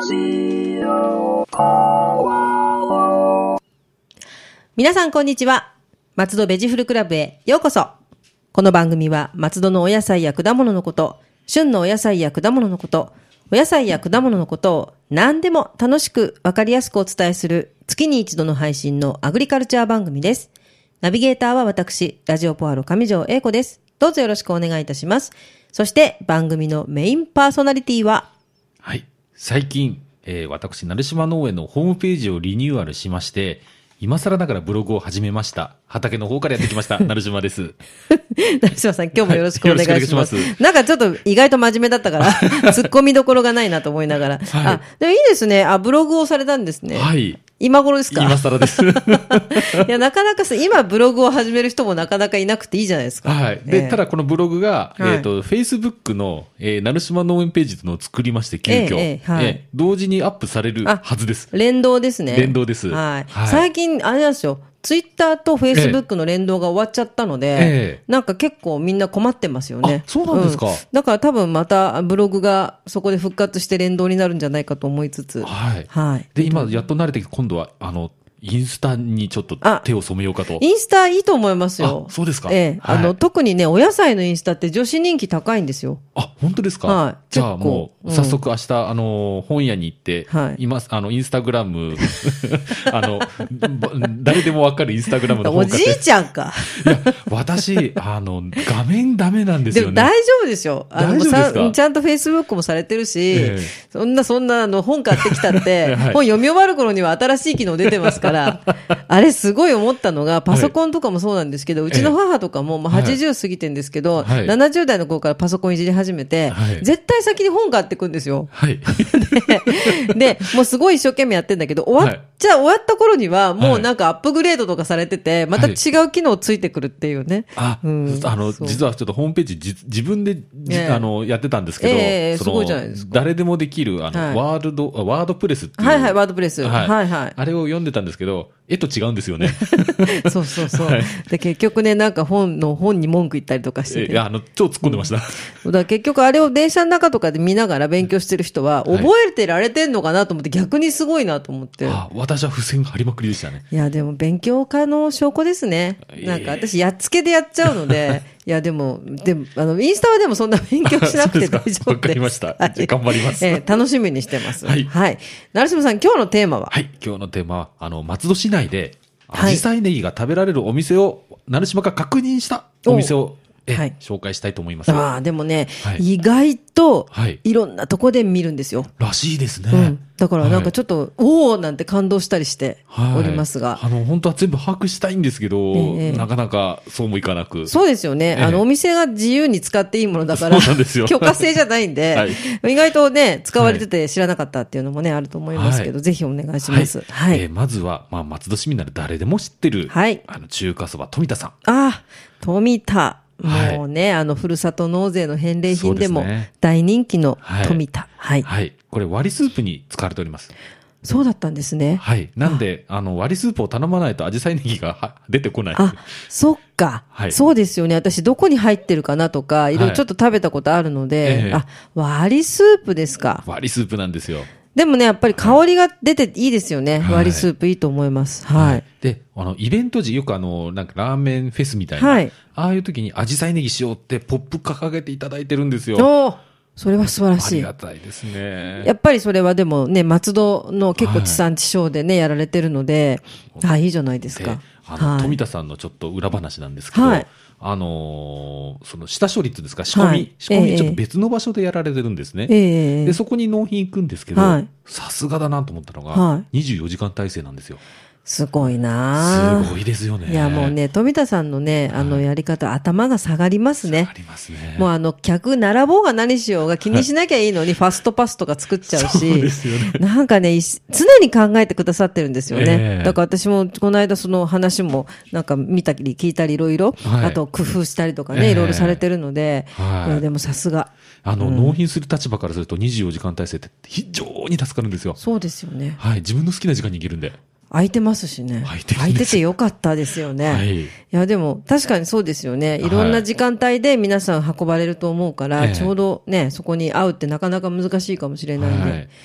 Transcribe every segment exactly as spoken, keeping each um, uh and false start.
皆さんこんにちは。松戸ベジフルクラブへようこそ。この番組は松戸のお野菜や果物のこと、旬のお野菜や果物のこと、お野菜や果物のことを何でも楽しくわかりやすくお伝えする月に一度の配信のアグリカルチャー番組です。ナビゲーターは私、ラジオポアロ上条英子です。どうぞよろしくお願いいたします。そして番組のメインパーソナリティは、 はい。最近、えー、私、成島農園のホームページをリニューアルしまして、今更ながらブログを始めました。畑の方からやってきました。成島です。 成島さん、今日もよろしくお願いします。はい、よろしくお願いします。なんかちょっと意外と真面目だったから、突っ込みどころがないなと思いながら。はい、あ、でもいいですね。あ、ブログをされたんですね。はい。今頃ですか？ 今更です。いや、なかなかさ、今ブログを始める人もなかなかいなくていいじゃないですか。 はい。で、えー、ただこのブログが、はい、えっ、ー、と、Facebook の、えー、成島農園ページというのを作りまして、急遽、えーえーはいえー、同時にアップされるはずです。 連動ですね。 連動です。 はい。はい、最近、あれなんですよ。ツイッターとフェイスブックの連動が終わっちゃったので、ええ、なんか結構みんな困ってますよね。 あ、そうなんですか、うん。 だから多分またブログがそこで復活して連動になるんじゃないかと思いつつ。 はい。はい。で、今やっと慣れてきて、今度は、あの、インスタにちょっと手を染めようかと。 インスタいいと思いますよ。 あ、そうですか。 ええ。はい、あの、特にね、お野菜のインスタって女子人気高いんですよ。 あ、本当ですか。はい。じゃあもう、早速明日、あの、本屋に行って、はい。今、あの、インスタグラム、あの、誰でもわかるインスタグラムの本おじいちゃんか。 いや、私、あの、画面ダメなんですよね。 でも大丈夫ですよ。あの、 大丈夫ですか？ ちゃんとフェイスブックもされてるし、ええ、そんな、そんな、あの、本買ってきたって、はい、本読み終わる頃には新しい機能出てますから、あれすごい思ったのが、パソコンとかもそうなんですけど、はい、うちの母とかも、まあ、はちじゅう過ぎてるんですけど、はい、ななじゅう代の頃からパソコンいじり始めて、はい、絶対先に本買ってくんですよ。はい、で, で、もうすごい一生懸命やってんだけど、終わっちゃ、終わった頃には、もうなんかアップグレードとかされてて、また違う機能ついてくるっていうね。 はい、あ、うん、あの、実はちょっとホームページじ自分で、えー、あの、やってたんですけど、 えー、すごいじゃないですか。 誰でもできる、あの、はい、ワード、ワードプレスっていう。 はいはい、ワードプレス。はい、はい、はい。 あれを読んでたんですけど、絵と違うんですよね。 そうそうそう、はい。で、結局ね、なんか本の本に文句言ったりとかしてて。 いや、あの、超突っ込んでました。 うん、だから結局あれを電車の中とかで見ながら勉強してる人は、覚えてられてんのかなと思って、逆にすごいなと思って。 あ、私は付箋貼りまくりでしたね。 いや、でも勉強家の証拠ですね。なんか私、やっつけでやっちゃうので、いや、でも、でも、あの、インスタはでもそんな勉強しなくて大丈夫です。 わかりました。はい、頑張ります、 えー。楽しみにしてます。はい。はい。成島さん、今日のテーマは？ はい。今日のテーマは、あの、松戸市内で、アジサイネギが食べられるお店を、成島が確認したお店を、はい、紹介したいと思います。 ああ、でもね、はい、意外と、いろんなとこで見るんですよ。 らしいですね。 うん。だからなんかちょっと、はい、おーなんて感動したりしておりますが。 はい、あの、本当は全部把握したいんですけど、えー、なかなかそうもいかなく。 そうですよね。えー、あの、お店が自由に使っていいものだから、そうなんですよ。許可制じゃないんで、はい、意外とね、使われてて知らなかったっていうのもね、あると思いますけど、はい、ぜひお願いします。はい。はい、 えー、まずは、まあ、松戸市民なら誰でも知ってる、はい、あの、中華そば富田さん。 ああ、富田。もうね、はい、あの、ふるさと納税の返礼品でも大人気の富田。はい。 はい。これ割りスープに使われております。 そうだったんですね。 はい。なんで、あの、割りスープを頼まないとアジサイネギが出てこない。 あ、そっか。はい。そうですよね。私、どこに入ってるかなとか、いろいろちょっと食べたことあるので、はいええ、あ、割りスープですか。 割りスープなんですよ。 でもね、やっぱり香りが出ていいですよね。はい、割りスープいいと思います。はい。はい、 で、あの、イベント時、よくあの、なんかラーメンフェスみたいな、はい、ああいう時にアジサイネギしようってポップ掲げていただいてるんですよ。 おー、それは素晴らしい。ありがたいですね。 やっぱりそれはでもね、松戸の結構地産地消でね、やられてるので、はい、いいじゃないですか。 あの、はい、富田さんのちょっと裏話なんですけど、はい、あのー、その下処理っていうんですか、仕込み、はい、仕込みちょっと別の場所でやられてるんですね。えー、で、そこに納品行くんですけど、さすがだなと思ったのが、にじゅうよじかん体制なんですよ。 すごいなすごいですよね。 いやもうね、富田さんのね、あのやり方、はい、頭が下がりますね。 下がりますね。 もうあの、客並ぼうが何しようが気にしなきゃいいのに、ファストパスとか作っちゃうし、そうですよね、なんかね、常に考えてくださってるんですよね。えー、だから私もこの間その話もなんか見たり聞いたりいろいろ、あと工夫したりとかね、いろいろされてるので、はい、いやでもさすが。 あの、うん、納品する立場からするとにじゅうよじかん体制って非常に助かるんですよ。 そうですよね。 はい。自分の好きな時間に行けるんで。 空いてますしね。空いてるんです。空いててよかったですよね。はい。いや、でも、確かにそうですよね。いろんな時間帯で皆さん運ばれると思うから、はい、ちょうどね、そこに会うってなかなか難しいかもしれないんで。はい、い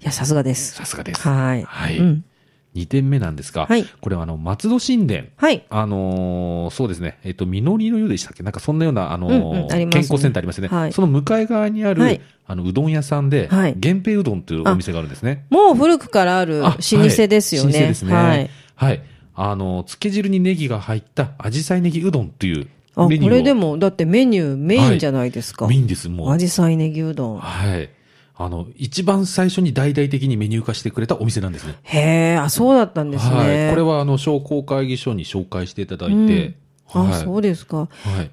や、さすがです。 さすがです。 はい。 はい。うん、にてんめなんですが、はい、これはあの、松戸神殿。はい。あのー、そうですね、えっと、実りの湯でしたっけなんかそんなような、あのーうんうんね、健康センターありますよね。はい。その向かい側にある、はい、あの、うどん屋さんで、はい。源平うどんというお店があるんですね。 もう古くからある老舗ですよね。 はい、老舗ですね。はい。はい。あの、つけ汁にネギが入ったアジサイネギうどんっていうあ、メニュー。これでも、だってメニュー、メインじゃないですか。 はい、メインです、もう。 アジサイネギうどん。 はい。あの、一番最初に大々的にメニュー化してくれたお店なんですね。 へえ、あ、そうだったんですね。 はい。これは、あの、商工会議所に紹介していただいて、うんはい、あ、そうですか。はい。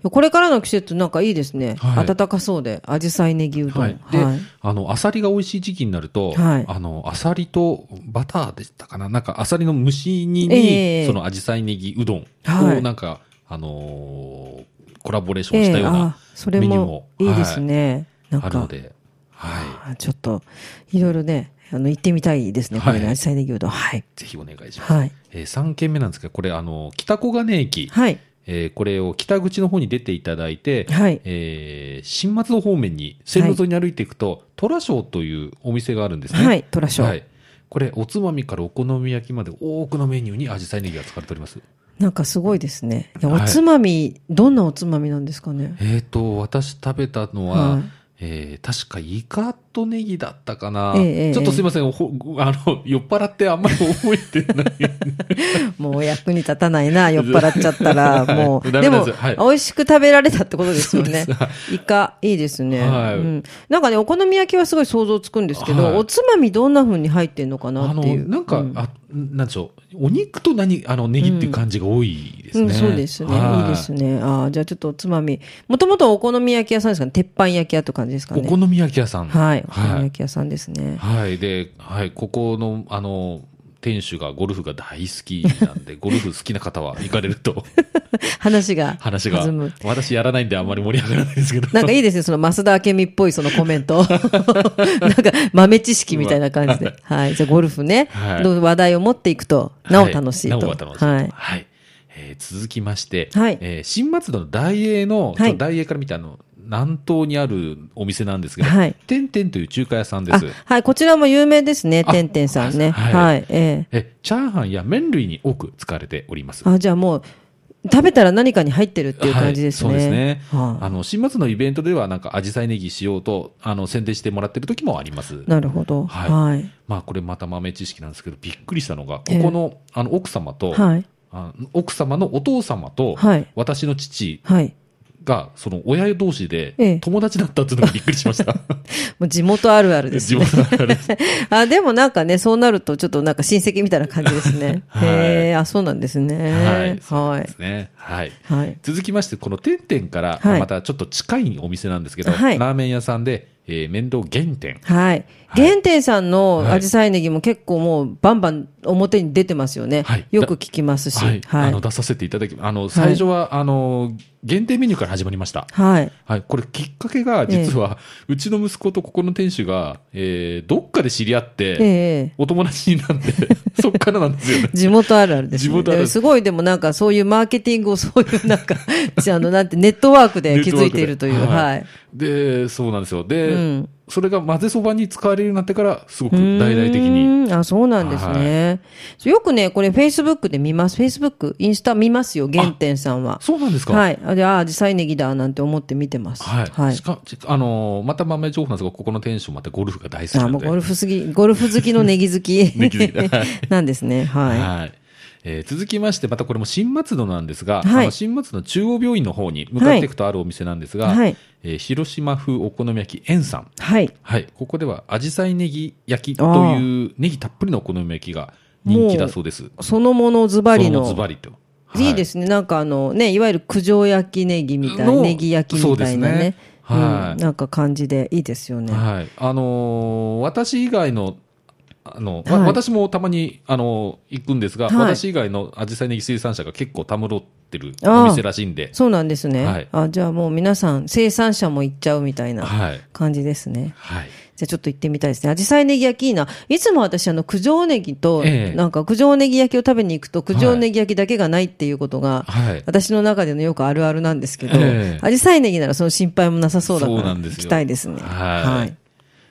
これからの季節なんかいいですね。はい、暖かそうで、アジサイネギうどん。はい。 で、はい、あの、アサリが美味しい時期になると、はい、あの、アサリとバターでしたかななんか、アサリの蒸し煮に、えー、そのアジサイネギうどんを、なんか、はい、あのー、コラボレーションしたようなメニューも、 えー、いいですね。 はい、あるので、はい。ちょっと、いろいろね、あの、行ってみたいですね。これね、アジサイネギうどん。はい。 ぜひお願いします。はい。えー、さんけんめなんですけど、これ、あの、北小金駅。はい。えー、これを北口の方に出ていただいて、はい。えー、新松戸方面に、線路沿いに歩いていくと、虎賞というお店があるんですね。 はい、虎賞。はい。 これ、おつまみからお好み焼きまで多くのメニューにアジサイネギが使われております。 なんかすごいですね。いや、おつまみ、はい、どんなおつまみなんですかね。 えっと、私食べたのは、はいえー、確かイカとネギだったかな、えー、ちょっとすいません、えー、あの酔っ払ってあんまり覚えてないもう役に立たないな酔っ払っちゃったらもうでも、はい、美味しく食べられたってことですよね。イカいいですね、はいうん、なんかねお好み焼きはすごい想像つくんですけど、はい、おつまみどんな風に入ってんのかなっていうあのなんか、うん、あなんでしょうお肉と何あのネギっていう感じが多いですね、うんうん、 そうですね、はい、いいですね。あじゃあちょっとおつまみもともとお好み焼き屋さんですかね鉄板焼き屋とかですかね。 お好み焼き屋さんはいお好み焼き屋さんですね。 はい、で、はい、ここのあの店主がゴルフが大好きなんでゴルフ好きな方は行かれると話が話が私やらないんであんまり盛り上がらないですけどなんかいいですねその増田明美っぽいそのコメントなんか豆知識みたいな感じで、はい、じゃあゴルフね、はい、話題を持っていくとなお楽しいと、はい、なお楽しい、 はいはいえー、続きまして、はいえー、新松戸の大栄の、はい、大栄から見てあの南東にあるお店なんですけど、はい、てんてんという中華屋さんです。 はい、こちらも有名ですね、てんてんさんね。はい、はい、えー、え、チャーハンや麺類に多く使われております。 あ、じゃあもう、食べたら何かに入ってるっていう感じですね。はい、そうですね。 はあ、あの、新松のイベントではなんか、アジサイネギしようと、あの、宣伝してもらってる時もあります。 なるほど。はい。はい、 まあ、これまた豆知識なんですけど、びっくりしたのが、ここの、えー、あの、奥様と、はい、あ奥様のお父様と、はい、私の父、はいが、その親同士で友達だったっていうのがびっくりしました。もう地元あるあるですね。地元あるあるです。あ、でもなんかね、そうなるとちょっとなんか親戚みたいな感じですね。はい、へえ、あ、そうなんですね。はい。 そうですね。はい。はい、続きまして、このてんてんから、またちょっと近いお店なんですけど、はい、ラーメン屋さんで、えー、麺堂原点。 はい。原点さんのアジサイネギも結構もうバンバン表に出てますよね。はい、よく聞きますし。はい。 はい、あの出させていただき、あの、最初は、はい、あの、限定メニューから始まりました。はい。はい。これきっかけが、実は、えー、うちの息子とここの店主が、えー、どっかで知り合って、えー、お友達になって、そっからなんですよね。 地元あるあるですね。 地元あるある。 すごいでもなんかそういうマーケティングをそういうなんか、あの、なんてネットワークで築いているという。はい。 で、そうなんですよ。で、うん、それが混ぜそばに使われるようになってから、すごく大々的に。 あ、そうなんですね。はい、よくね、これフェイスブックで見ます。フェイスブック、インスタ見ますよ、原点さんは。 そうなんですか。 はい。で、ああ、アジサイネギだなんて思って見てます。 はい。はい、しかあのー、また豆情報なんですが、ここの店主またゴルフが大好きなので。 あ、もうゴルフ好き、ゴルフ好きのネギ好き。ネギ好きなんですね。はい。はい。 えー、続きまして、またこれも新松戸なんですが、はい、あの新松戸中央病院の方に向かっていくとあるお店なんですが、はいえー、広島風お好み焼き円さん。はい。はい。ここでは、アジサイネギ焼きというネギたっぷりのお好み焼きが人気だそうです。 そのものズバリの。 そのズバリと。 はい、いいですね。なんかあのね、いわゆる九条焼きネギみたいな、ネギ焼きみたいなね。ねはい、うん。なんか感じでいいですよね。 はい。あのー、私以外のあの、はい、私もたまに、あの、行くんですが、はい、私以外のアジサイネギ生産者が結構たむろってるお店らしいんで。 そうなんですね。はい、あ、じゃあもう皆さん、生産者も行っちゃうみたいな感じですね。はい。じゃあちょっと行ってみたいですね。アジサイネギ焼きいいな。いつも私、あの、九条ネギと、ええ、なんか九条ネギ焼きを食べに行くと、九条ネギ焼きだけがないっていうことが、はい、私の中でのよくあるあるなんですけど、ええ、アジサイネギならその心配もなさそうだから、行きたいですね。はい。はい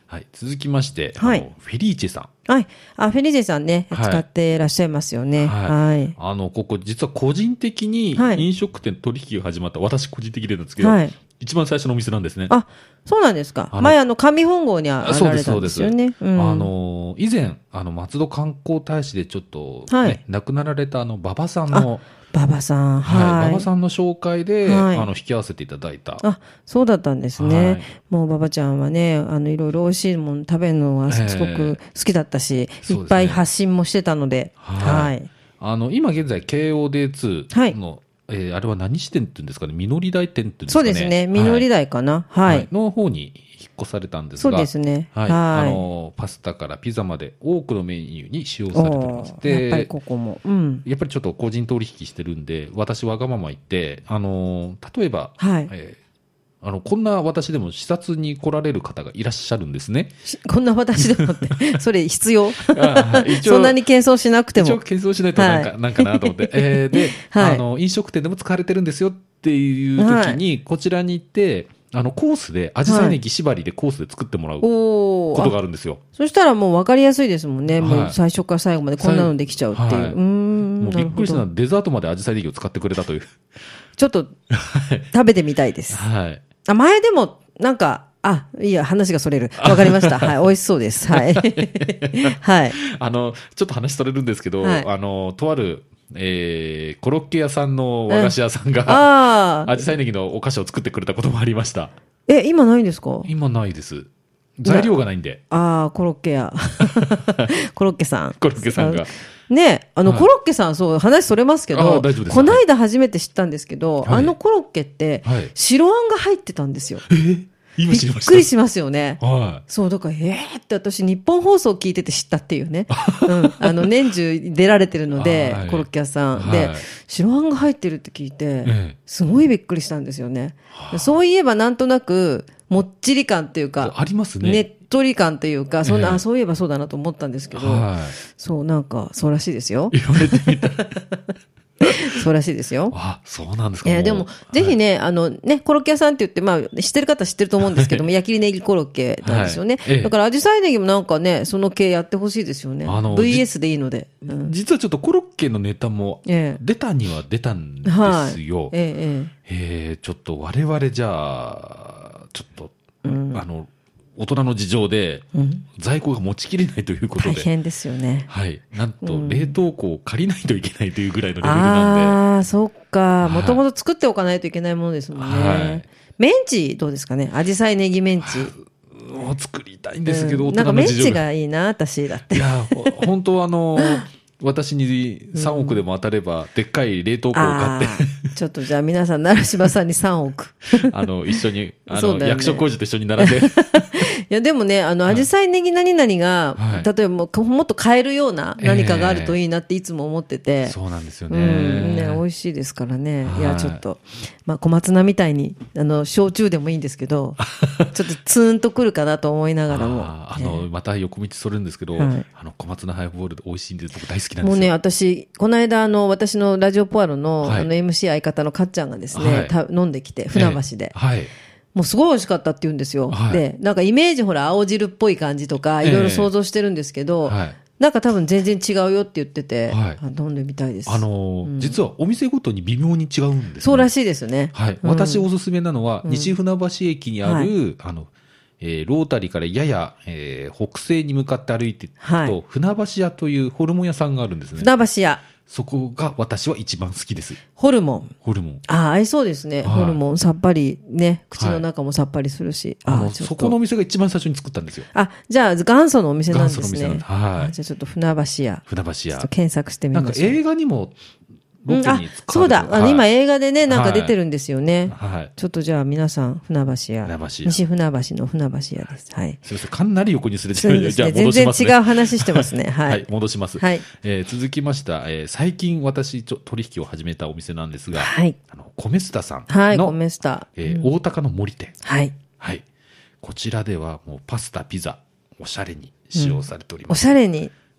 はい。続きまして、 はい、 あのフェリーチェさん。 はい。あ、フェリーチェさんね、はい、使っていらっしゃいますよね。はい。はい、 あの、ここ実は個人的に飲食店取引が始まった、はい、私個人的なんですけど、はい、一番最初のお店なんですね。 あ、そうなんですか。あ前、あの、上本郷にあられたんですよね。そうです、そうです。うん、 あの、以前、あの、松戸観光大使でちょっと、ね、はい、亡くなられたあの、馬場さんの、 馬場さん、はい。 馬場さんの紹介で、はい、あの、引き合わせていただいた。 あ、そうだったんですね。はい、もう馬場ちゃんはね、あの、いろいろ美味しいもの食べるのはすごく好きだったし、えー、いっぱい発信もしてたので、はい。はい、 あの、今現在、ケーオーディーツーの、はい、えー、あれは何支店っていうんですかね、みのり台店っていうんですかね。 そうですね、みのり台かな。はい。はい、 の方に引っ越されたんですが。 そうですね。 はい。はい、あの、パスタからピザまで多くのメニューに使用されてます。 で、やっぱりここも。うん。 やっぱりちょっと個人取引してるんで、私わがまま言って、あの、例えば、はい。えーあの、こんな私でも視察に来られる方がいらっしゃるんですね。 こんな私でもって、それ必要そんなに謙遜しなくても。 一応謙遜しないとなんか、はい、なんかなと思って。えー、で、はい、あの、飲食店でも使われてるんですよっていう時に、はい、こちらに行って、あの、コースで、アジサイネギ縛りでコースで作ってもらうことがあるんですよ。 そしたらもう分かりやすいですもんね。はい、もう最初から最後までこんなのできちゃうっていう。はい、うーん。 もうびっくりしたのはデザートまでアジサイネギを使ってくれたという。 ちょっと、食べてみたいです。はい。あ、前でも、なんか、あ、いいや、話がそれる。わかりました。はい、美味しそうです。はい。はい。 あの、ちょっと話それるんですけど、はい、あの、とある、えー、コロッケ屋さんの和菓子屋さんが、ああ。アジサイネギのお菓子を作ってくれたこともありました。 え、今ないんですか？ 今ないです。材料がないんで。 ああ、コロッケ屋。コロッケさん。 コロッケさんが。 ね、あの、はい、コロッケさん、そう、話それますけど、大丈夫です。この間初めて知ったんですけど、はい、あのコロッケって、はい、白あんが入ってたんですよ。 えー今知りました。 びっくりしますよね。 はい。 そう、だから、えーって私、日本放送聞いてて知ったっていうね。うん。あの、年中出られてるので、はい、コロッケ屋さん。で、はい、白あんが入ってるって聞いて、ええ、すごいびっくりしたんですよね。はあ、そういえば、なんとなく、もっちり感っていうか、 ありますね。 ねっとり感というか、そんな、ええ、あ、そういえばそうだなと思ったんですけど、はい、そう、なんか、そうらしいですよ。 言われてみた。 そうらしいですよ。 あ、そうなんですか。 えー、でも、ぜひね、はい、あのね、コロッケ屋さんって言って、まあ、知ってる方知ってると思うんですけども、焼きネギコロッケなんですよね。はい、だから、アジサイネギもなんかね、その系やってほしいですよね。あの ブイエス でいいので、 うん。実はちょっとコロッケのネタも、出たには出たんですよ。はい、えー、えー、ちょっと我々じゃあ、ちょっと、うん、あの、大人の事情で、在庫が持ちきれないということで。 大変ですよね。 はい。なんと、冷凍庫を借りないといけないというぐらいのレベルなんで。 ああ、そっか。もともと作っておかないといけないものですもんね。はい、メンチ、どうですかね。アジサイネギメンチ。 もう作りたいんですけど、 うん、なんかメンチがいいな、私だって。 いや、本当あの、私にさんおくでも当たれば、でっかい冷凍庫を買って、 うん。ちょっとじゃあ皆さん、奈良島さんにさんおく。 あの、一緒に、あの、ね、役所工事と一緒に並んで。 いや、でもね、あの、アジサイネギ何々が、はい、例えばもうもっと買えるような何かがあるといいなっていつも思ってて。 えー、そうなんですよね。 うん、ね、美味しいですからね。はい、いや、ちょっと、まあ、小松菜みたいに、あの、焼酎でもいいんですけど、ちょっとツーンとくるかなと思いながらも。 あ, あの、また横道それるんですけど、はい、あの、小松菜ハイボール美味しいんで、僕大好きなんですよ。もうね、 私、この間、あの、私のラジオポアロの、はい、あの、エムシー 相方のかっちゃんがですね、はい、飲んできて、船橋で。えー、はい。もうすごい美味しかったって言うんですよ。はい、で、なんかイメージほら、青汁っぽい感じとか、いろいろ想像してるんですけど、えーはい、なんか多分全然違うよって言ってて、はい、飲んでみたいです。 あのーうん、実はお店ごとに微妙に違うんですね。 そうらしいですね。 はい。うん、私おすすめなのは、西船橋駅にある、はい、あの、えー、ロータリーからやや、えー、北西に向かって歩いていくと、はい、船橋屋というホルモン屋さんがあるんですね。 船橋屋。 そこが私は一番好きです。 ホルモン。 ホルモン。 ああ、合いそうですね。はい、ホルモン。さっぱりね。口の中もさっぱりするし。 はい、あの、そこのお店が一番最初に作ったんですよ。 あ、じゃあ元祖のお店なんですね。 元祖のお店なんで。はい。 じゃあちょっと船橋屋。 船橋屋。 ちょっと検索してみましょう。 なんか映画にも、ロケに使われてる、 うん、あ、そうだ。あの、はい、今映画でね、なんか出てるんですよね。はい。ちょっとじゃあ皆さん、船橋屋。船橋屋。西船橋の船橋屋です。はい。 すみません。かなり横にすれてる、ね、じゃあ戻しますね。 全然違う話してますね。はい。はい、 戻します。はい。えー、続きました、えー、最近私ちょ、取引を始めたお店なんですが、はい。あの、米スタさんの、 はい、米スタ。 えー、大高の森店。 はい。 はい。こちらではもうパスタ、ピザ、おしゃれに使用されております。 うん、おしゃれに。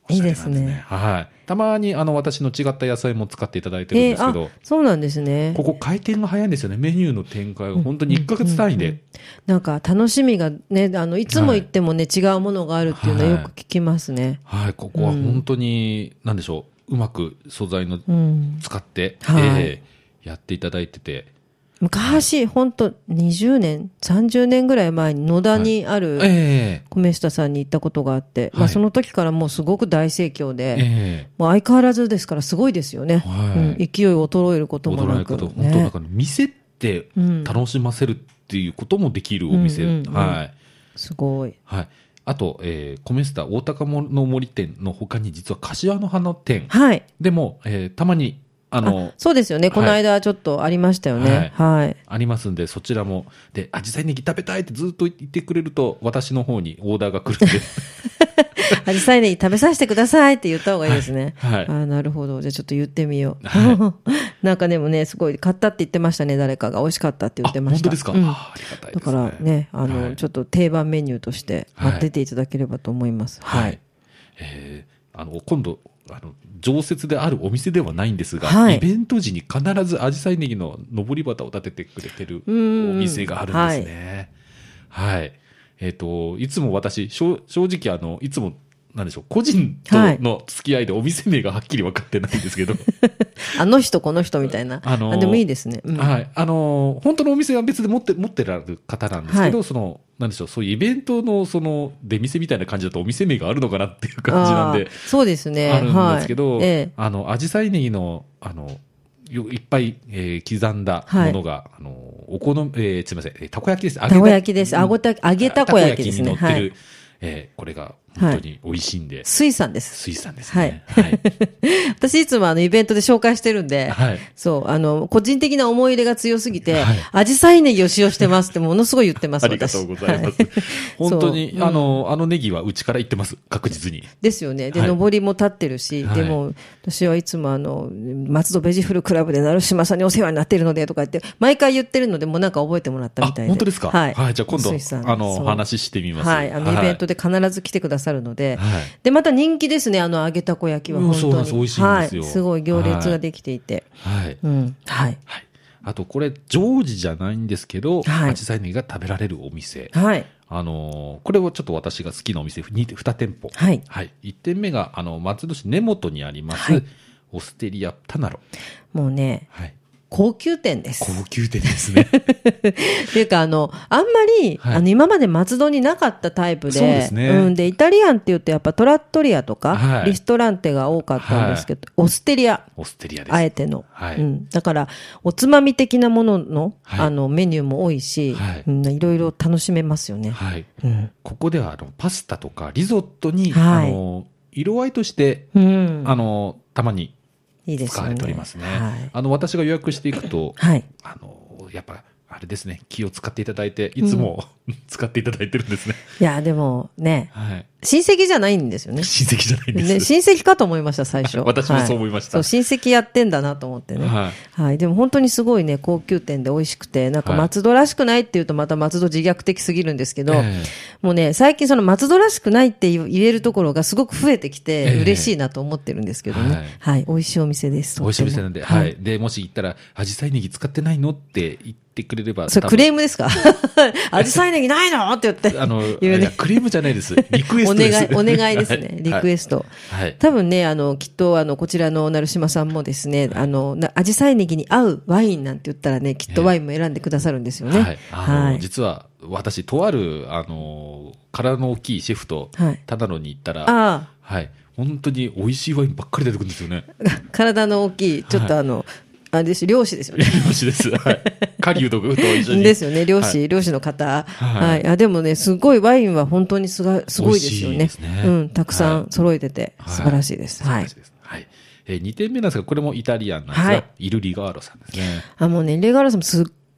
いいですね。 はい。たまに、あの、私の違った野菜も使っていただいてるんですけど。えー、 そうなんですね。 ここ回転が早いんですよね。メニューの展開が本当にいっかげつ単位で。うんうんうん、 なんか楽しみがね、あの、いつも行ってもね、はい、違うものがあるっていうのはよく聞きますね。 はい。はい、ここは本当に、うん、なんでしょう。うまく素材の使って、 うん、はい、 えー、やっていただいてて。 昔、本当にじゅうねん、さんじゅうねんぐらい前に野田にある米下さんに行ったことがあって、はい、まあその時からもうすごく大盛況で、えー、もう相変わらずですからすごいですよね。はい、うん、勢い衰えることもなく、ね。 本当なんか店って楽しませるっていうこともできるお店。うんうんうんうん、はい。 すごい。 はい。あと、えー、米下大高の森店の他に実は柏の花店でも、はい、えー、たまにあのあそうですよね、はい、この間ちょっとありましたよね。はい。はい、 ありますんで、そちらも。で、あじさいネギ食べたいってずっと言ってくれると、私の方にオーダーが来るんで。 あじさいネギ食べさせてくださいって言った方がいいですね。 はい。はい、 あなるほど。じゃあちょっと言ってみよう。はい、なんかでもね、すごい買ったって言ってましたね、誰かが。美味しかったって言ってました。 本当ですか、うん、ありがたいですね。 だからね、あの、はい、ちょっと定番メニューとして出ていただければと思います。はい。はい、 えー、あの、今度、あの常設であるお店ではないんですが、はい、イベント時に必ずあじさいネギの上り旗を立ててくれてるお店があるんですね。はい。はい、えっ、ー、と、いつも私、正直あの、いつも、なんでしょう、個人との付き合いでお店名がはっきり分かってないんですけど。 あの人、この人みたいな。あのー、あでもいいですね。 うん、はい。あのー、本当のお店は別で持って、持ってられる方なんですけど、はい、その、なんでしょう、そういうイベントの、その、出店みたいな感じだとお店名があるのかなっていう感じなんで。 そうですね。 あるんですけど、はい、ええ、あの、あじさいネギの、あの、いっぱい、えー、刻んだものが、はい、あの、お好み、えー、すみません、たこ焼きです。 たこ焼きです。あごた、揚げたこ焼きですね。 たこ焼きに乗ってる、はい、えー、これが、本当に美味しいんで。はい、 水産です。 水産ですね。 はい。はい、私いつもあのイベントで紹介してるんで、はい、そう、あの、個人的な思い入れが強すぎて、はい、アジサイネギを使用してますってものすごい言ってます、 ありがとうございます。はい、本当に、あの、あのネギはうちから行ってます。確実に。 ですよね。で、はい、上りも立ってるし、でも、私はいつもあの、松戸ベジフルクラブで成島さんにお世話になってるので、とか言って、毎回言ってるので、もうなんか覚えてもらったみたいで。 本当ですか？ はい。 はい。じゃあ今度、あの、お話ししてみます。 はい。あの、イベントで必ず来てくださるので、はい、で、また人気ですね、あの揚げたこ焼きは本当に。 そうなんです、美味しいんですよ。 はい、すごい行列ができていて。 はい。 うん。はい。 はい。あと、これ、常時じゃないんですけど、あじさいネギが食べられるお店。 はい。 あのー、これはちょっと私が好きなお店、に店舗。 はい。 はい。いってんめが、あの、松戸市根本にあります、はい、オステリアタナロ。 もうね、はい。高級店です。 高級店ですね。 っていうか、あの、あんまり、はい、あの、今まで松戸になかったタイプで、 そうですね。 うん。で、イタリアンって言うと、やっぱトラットリアとか、はい、リストランテが多かったんですけど、はい、オステリア。 オステリアです。 あえての。 はい。 うん。だから、おつまみ的なものの、はい、あの、メニューも多いし、はい。うん、いろいろ楽しめますよね。 はい。うん。ここでは、あの、パスタとかリゾットに、はい、あの、色合いとして、うん、あの、たまに、 いいですね。 使われておりますね。 はい、 あの、私が予約していくと、はい、あの、やっぱ、あれですね、気を使っていただいて、いつも、うん、使っていただいてるんですね。 いや、でもね、はい、親戚じゃないんですよね。 親戚じゃないんですね。親戚かと思いました、最初。 私もそう思いました、 はい。そう、親戚やってんだなと思ってね。はい。はい。でも本当にすごいね、高級店で美味しくて、なんか松戸らしくないって言うとまた松戸自虐的すぎるんですけど、はい、もうね、最近その松戸らしくないって言えるところがすごく増えてきて、嬉しいなと思ってるんですけどね。はい。はい。美味しいお店です。 美味しいお店なんで、はい。で、もし行ったら、アジサイネギ使ってないのって言ってくれれば。 それクレームですか？アジサイネギないのって言って。 あの、いや、クレームじゃないです。リクエストです。 お願い、お願いですね。リクエスト。はい。多分ね、あの、きっと、あの、こちらの成島さんもですね、あの、アジサイネギに合うワインなんて言ったらね、きっとワインも選んでくださるんですよね。はい。 あの、実は、私、とある、あの、体の大きいシェフと、ただのに行ったら、はい。本当に美味しいワインばっかり出てくるんですよね。 体の大きい、ちょっとあの、あれです、漁師ですよね。 漁師です。はい。狩人と一緒に。 ですよね、漁師、はい、漁師の方。はい。はい、あ、でもね、すごいワインは本当にすがすごいですよね。ですね。うん、たくさん揃えてて、はい、素晴らしいです。はい。はい。 はい、えー、にてんめなんですが、これもイタリアンなんですが、はい、イルリガーロさんですね。 あ、もうね、イルリガーロさんもすっ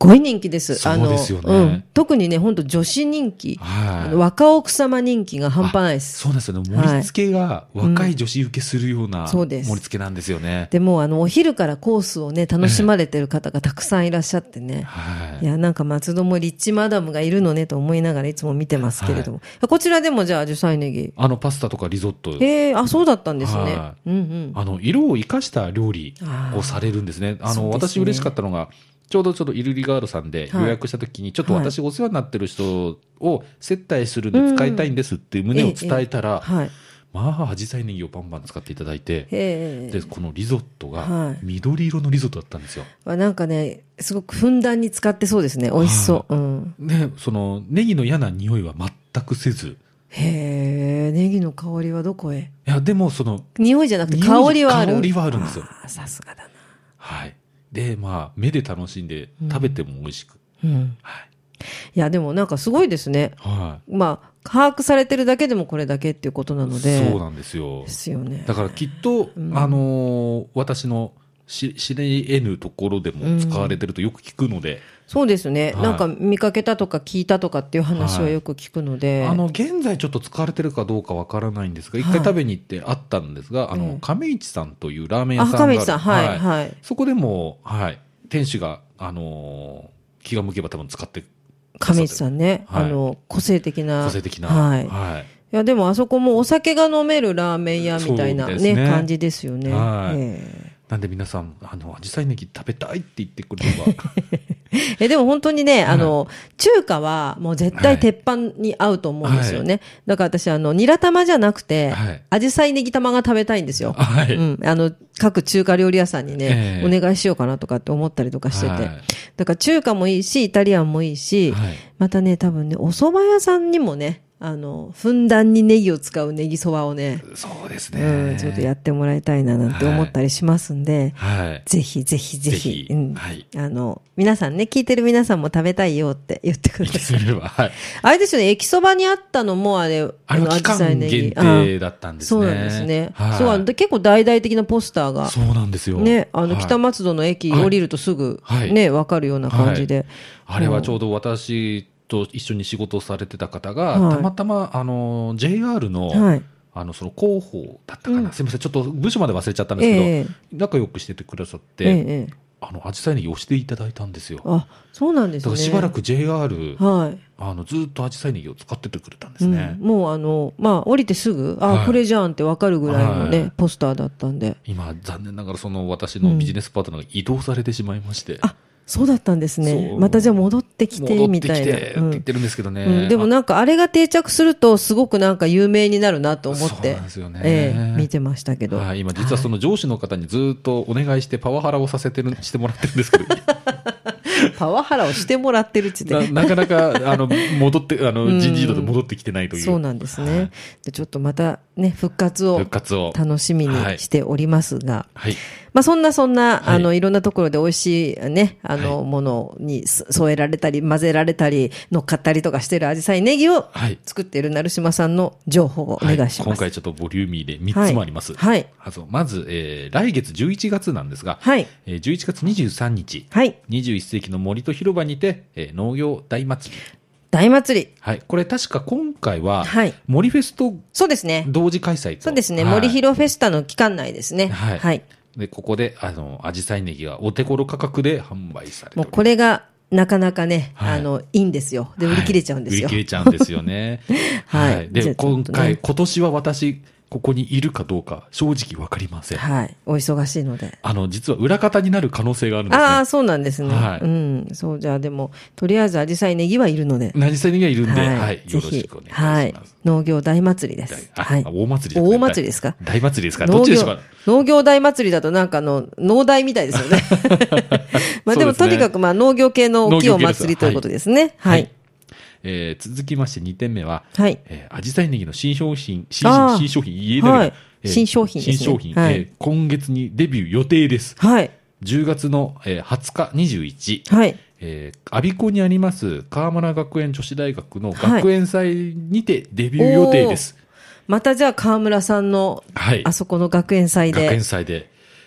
ごい人気です。 そうですよね。 あの、うん、特にね、本当女子人気、はい、若奥様人気が半端ないです。 そうですよね。盛り付けが若い女子受けするような盛り付けなんですよね。うん、 でも、あの、お昼からコースをね、楽しまれてる方がたくさんいらっしゃってね。はい、いや、なんか松戸もリッチマダムがいるのねと思いながらいつも見てますけれども。はい、こちらでもじゃあ、紫陽花ネギ。 あの、パスタとかリゾット。 へえ、あ、そうだったんですね。 はい、うんうん。あの、色を生かした料理をされるんですね。あの、私嬉しかったのが、ちょうどちょっとイルリガールさんで予約したときに、ちょっと私お世話になってる人を接待するんで使いたいんですっていう旨を伝えたら、まあ、紫陽花ネギをバンバン使っていただいて、で、このリゾットが緑色のリゾットだったんですよ。 なんかね、すごくふんだんに使ってそうですね。美味しそう。うん、 で、そのネギの嫌な匂いは全くせず、 へえ、ネギの香りはどこへ？ いや、でもその、 匂いじゃなくて香りはある。 香りはあるんですよ。 さすがだな。 はい。で、まあ、目で楽しんで、食べても美味しく。うんうん、はい。 いや、でもなんかすごいですね。はい。まあ、把握されてるだけでもこれだけっていうことなので。 そうなんですよ。 ですよね。 だからきっと、うん、あのー、私のし知り得ぬところでも使われてるとよく聞くので。うん、 そうですね、はい、なんか見かけたとか聞いたとかっていう話はよく聞くので、 はい、あの現在ちょっと使われてるかどうかわからないんですが、一、はい、回食べに行ってあったんですが、あの、亀市さんというラーメン屋さんがある。 亀市さん、はい、はい、はい。 そこでも、はい、店主が、あのー、気が向けば多分使って亀市さんね、はい、あの、個性的な。 個性的な。 はい。はい。いや、でもあそこもお酒が飲めるラーメン屋みたいな ね, ね感じですよね。はい。えーなんで皆さん、あの、紫陽花ネギ食べたいって言ってくれれば。 え、でも本当にね、はい、あの、中華はもう絶対鉄板に合うと思うんですよね。はい、だから私、あの、ニラ玉じゃなくて、はい、紫陽花ネギ玉が食べたいんですよ。はい。うん。あの、各中華料理屋さんにね、えー、お願いしようかなとかって思ったりとかしてて。はい、だから中華もいいし、イタリアンもいいし、はい、またね、多分ね、お蕎麦屋さんにもね、あの、ふんだんにネギを使うネギそばをね。 そうですね。 うん、ちょっとやってもらいたいななんて思ったりしますんで。はい。ぜひぜひぜひ。ぜひうん。はい。あの、皆さんね、聞いてる皆さんも食べたいよって言ってください。はい。あれですよね、駅そばにあったのもあれ、 あの、期間限定だったんですね。 そうなんですね。はい。そう、結構大々的なポスターが。 そうなんですよ。 ね、あの、北松戸の駅降りるとすぐ、ね、わかるような感じで。 あれはちょうど私、と一緒に仕事をされてた方が、はい、たまたまあの ジェイアール の、はい、あのその広報だったかな、うん、すみませんちょっと部署まで忘れちゃったんですけど、えー、仲良くしててくださって、えー、あの紫陽花ネギをしていただいたんですよ。 あ、そうなんですね。 だからしばらく ジェイアール、はい、あのずっと紫陽花ネギを使っててくれたんですね。 うん、もうあのまあ降りてすぐあ、はい、これじゃんって分かるぐらいのね、はい、ポスターだったんで。 今残念ながらその私のビジネスパートナーが移動されてしまいまして。うん、 あ、そうだったんですね。またじゃあ戻ってきてみたいな。 戻ってきてって言ってるんですけどね。 うんうん、でもなんかあれが定着するとすごくなんか有名になるなと思って、 そうなんですよね。 えー、見てましたけど。 はい、今実はその上司の方にずっとお願いしてパワハラをさせてる、してもらってるんですけど。 パワハラをしてもらってるって言ってな。なかなか、あの、戻って、あの、人事異動で戻ってきてないという。 そうなんですね。はい、でちょっとまたね、復活を。 復活を。 楽しみにしておりますが。はい。まあそんなそんな、はい、あの、いろんなところで美味しいね、あの、はい、ものに添えられたり、混ぜられたり、乗っかったりとかしてる紫陽花ネギを作っている成島さんの情報をお願いします。はい、 今回ちょっとボリューミーでみっつもあります。はい。はい、まず、えー、来月じゅういちがつなんですが、はい。えー、じゅういちがつにじゅうさんにち、はい。にじゅういっせいきの森と広場にて、えー、農業大祭り。 大祭り。 はい。これ確か今回は、はい。森フェスと、 そうですね。 同時開催と。 そうですね。はい、森広フェスタの期間内ですね。はい。はい。 で、ここで、あの、紫陽花ネギがお手頃価格で販売されております。 もうこれが、なかなかね、はい、あの、いいんですよ。で、売り切れちゃうんですよ。 はい、売り切れちゃうんですよね。はい、はい。で、今回、ね、今年は私、ここにいるかどうか、正直わかりません。 はい。お忙しいので。 あの、実は裏方になる可能性があるんですね。 ああ、そうなんですね。はい。うん。そう、じゃあでも、とりあえず、紫陽花ネギはいるので。 紫陽花ネギはいるんで、はい。はい、よろしくお願いします。はい。 農業大祭りです。 はい。大祭りですか。大祭りですか。 大祭りですか。どっちでしょうか。 農業大祭りだとなんかの、農大みたいですよね。まあでも、とにかくまあ農業系の大きいお祭りということですね。はい。 えー、続きましてにてんめは、はい。えー、紫陽花ネギの新商品、新新商品、言えない。 新商品ですね。 新商品、はい、えー、今月にデビュー予定です。はい。じゅうがつの、えー、はつか、にじゅういち。はい。えー、我孫子にあります川村学園女子大学の学園祭にてデビュー予定です。 はい、またじゃあ川村さんの、はい。あそこの学園祭で。 学園祭で。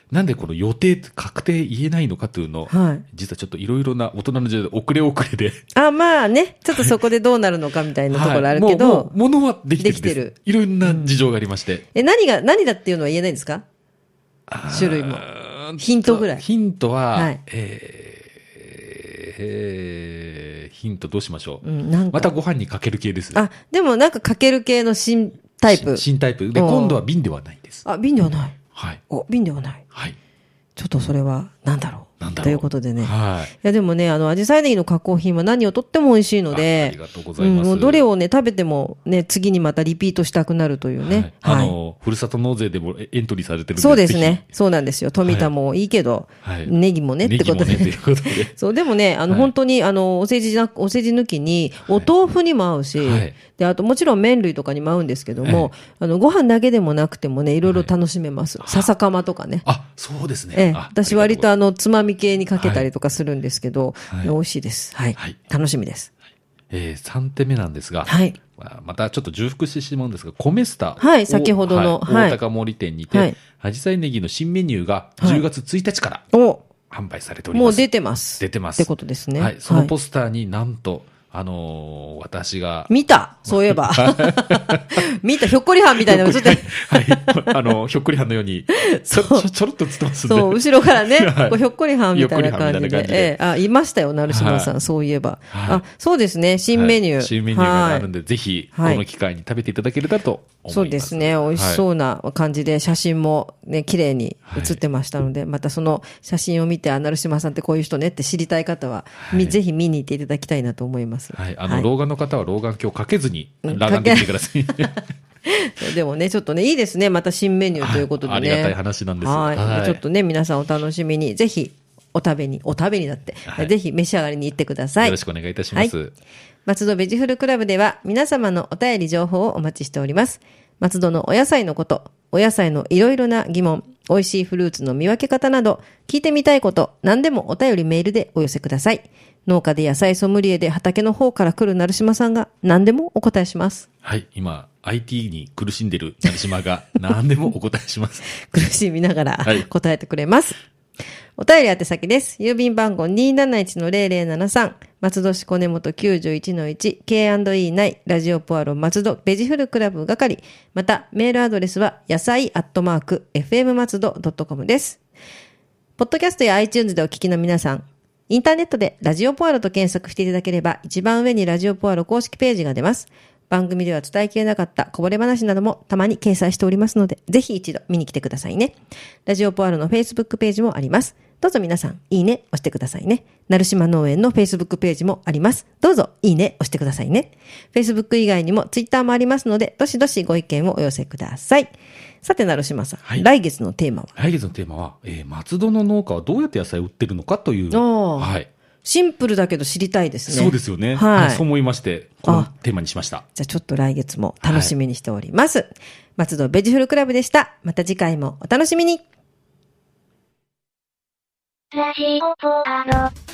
なんでこの予定、確定言えないのかというのを、はい、実はちょっといろいろな大人の時代で遅れ遅れで。 あ、まあね、ちょっとそこでどうなるのかみたいなところあるけど。はい、もう、もう、ものはできてるんです。できてる。いろんな事情がありまして。うん、 え、何が、何だっていうのは言えないんですか？種類も。ヒントぐらい。 ヒントは、はい、えー、えー、ヒントどうしましょう。うん、なんかまたご飯にかける系です。 あ、でもなんかかける系の新タイプ。 新タイプ。で、今度は瓶ではないんです。 あ、瓶ではない。 はい。 お、瓶ではない。 はい。 ちょっとそれは、なんだろう。 なんだろうということでね。 はい。いやでもね、あの、アジサイネギの加工品は何をとっても美味しいので。 あ, ありがとうございます。 うん、どれをね、食べてもね、次にまたリピートしたくなるというね。 はい。はい、あの、ふるさと納税でもエントリーされてるんで。 そうですね。そうなんですよ。富田もいいけど、はい、ネギもねってことで。 ネギもねっていうことで。 そう、でもね、あの、はい、本当に、あの、お世辞な、お世辞抜きに、お豆腐にも合うし、はい、で、あともちろん麺類とかにも合うんですけども、はい、あの、ご飯だけでもなくてもね、いろいろ楽しめます。はい、笹かまとかね。 あ、そうですね。 ええ、私割とあの、つまみ系にかけたりとかするんですけど、はい、美味しいです。はい。はい、楽しみです。 えー、さんてんめなんですが、 はい。 またちょっと重複してしまうんですが、米スター。 はい、先ほどの、 はい、大高森店にて、はい、アジサイネギの新メニューがじゅうがつついたちから販売されております。 もう出てます。 出てます。 ってことですね。 はい。そのポスターになんと、あのー、私が。 見たそういえば。見たひょっこりはんみたいなの映ってはい。あの、ひょっこりはんのように、ちょ、ちょ、ちょろっと映ってますんで。 そう、後ろからね、はい、こうひょっこりはんみたいな感じで。ええ、あ、いましたよ、成島さん、はい、そういえば、はい。あ、そうですね、新メニュー。はい、 新メニューがあるんで、はい、ぜひ、この機会に食べていただければと思います。 そうですね、美味しそうな感じで、写真もね、綺麗に写ってましたので、はい、またその写真を見て、あ、成島さんってこういう人ねって知りたい方は、はい、ぜひ見に行っていただきたいなと思います。 はい、あの、はい、老眼の方は老眼鏡かけずに、裸眼で見てください。 でもね、ちょっとね、いいですね。また新メニューということでね。 ありがたい話なんです。 はい。はい、ちょっとね、皆さんお楽しみに、ぜひ、お食べに、お食べになって、はい、ぜひ召し上がりに行ってください。 よろしくお願いいたします。はい、 松戸ベジフルクラブでは、皆様のお便り情報をお待ちしております。松戸のお野菜のこと、お野菜のいろいろな疑問、美味しいフルーツの見分け方など、聞いてみたいこと、何でもお便りメールでお寄せください。農家で野菜ソムリエで畑の方から来る成島さんが何でもお答えします。 はい、今 アイティー に苦しんでる成島が何でもお答えします。 苦しみながら答えてくれます。はい、お便り宛先です。郵便番号 にーなないちのゼロゼロななさん、松戸市小根本 きゅうじゅういちのいち、ケーアンドイー 内ラジオポアロ松戸ベジフルクラブ係、またメールアドレスは野菜アットマーク エフエム 松戸 ドットコム です。ポッドキャストや iTunes でお聞きの皆さん、インターネットでラジオポアロと検索していただければ一番上にラジオポアロ公式ページが出ます。番組では伝えきれなかったこぼれ話などもたまに掲載しておりますので、ぜひ一度見に来てくださいね。ラジオポアロの Facebook ページもあります。どうぞ皆さん、いいね、押してくださいね。成島農園の Facebook ページもあります。どうぞ、いいね、押してくださいね。Facebook 以外にも Twitter もありますので、どしどしご意見をお寄せください。さて、成島さん、はい、来月のテーマは来月のテーマは、えー、松戸の農家はどうやって野菜を売ってるのかという。はい。 シンプルだけど知りたいですね。 そうですよね。はい。そう思いまして、このテーマにしました。 じゃあちょっと来月も楽しみにしております。はい、松戸ベジフルクラブでした。また次回もお楽しみに。ラジオポアロ。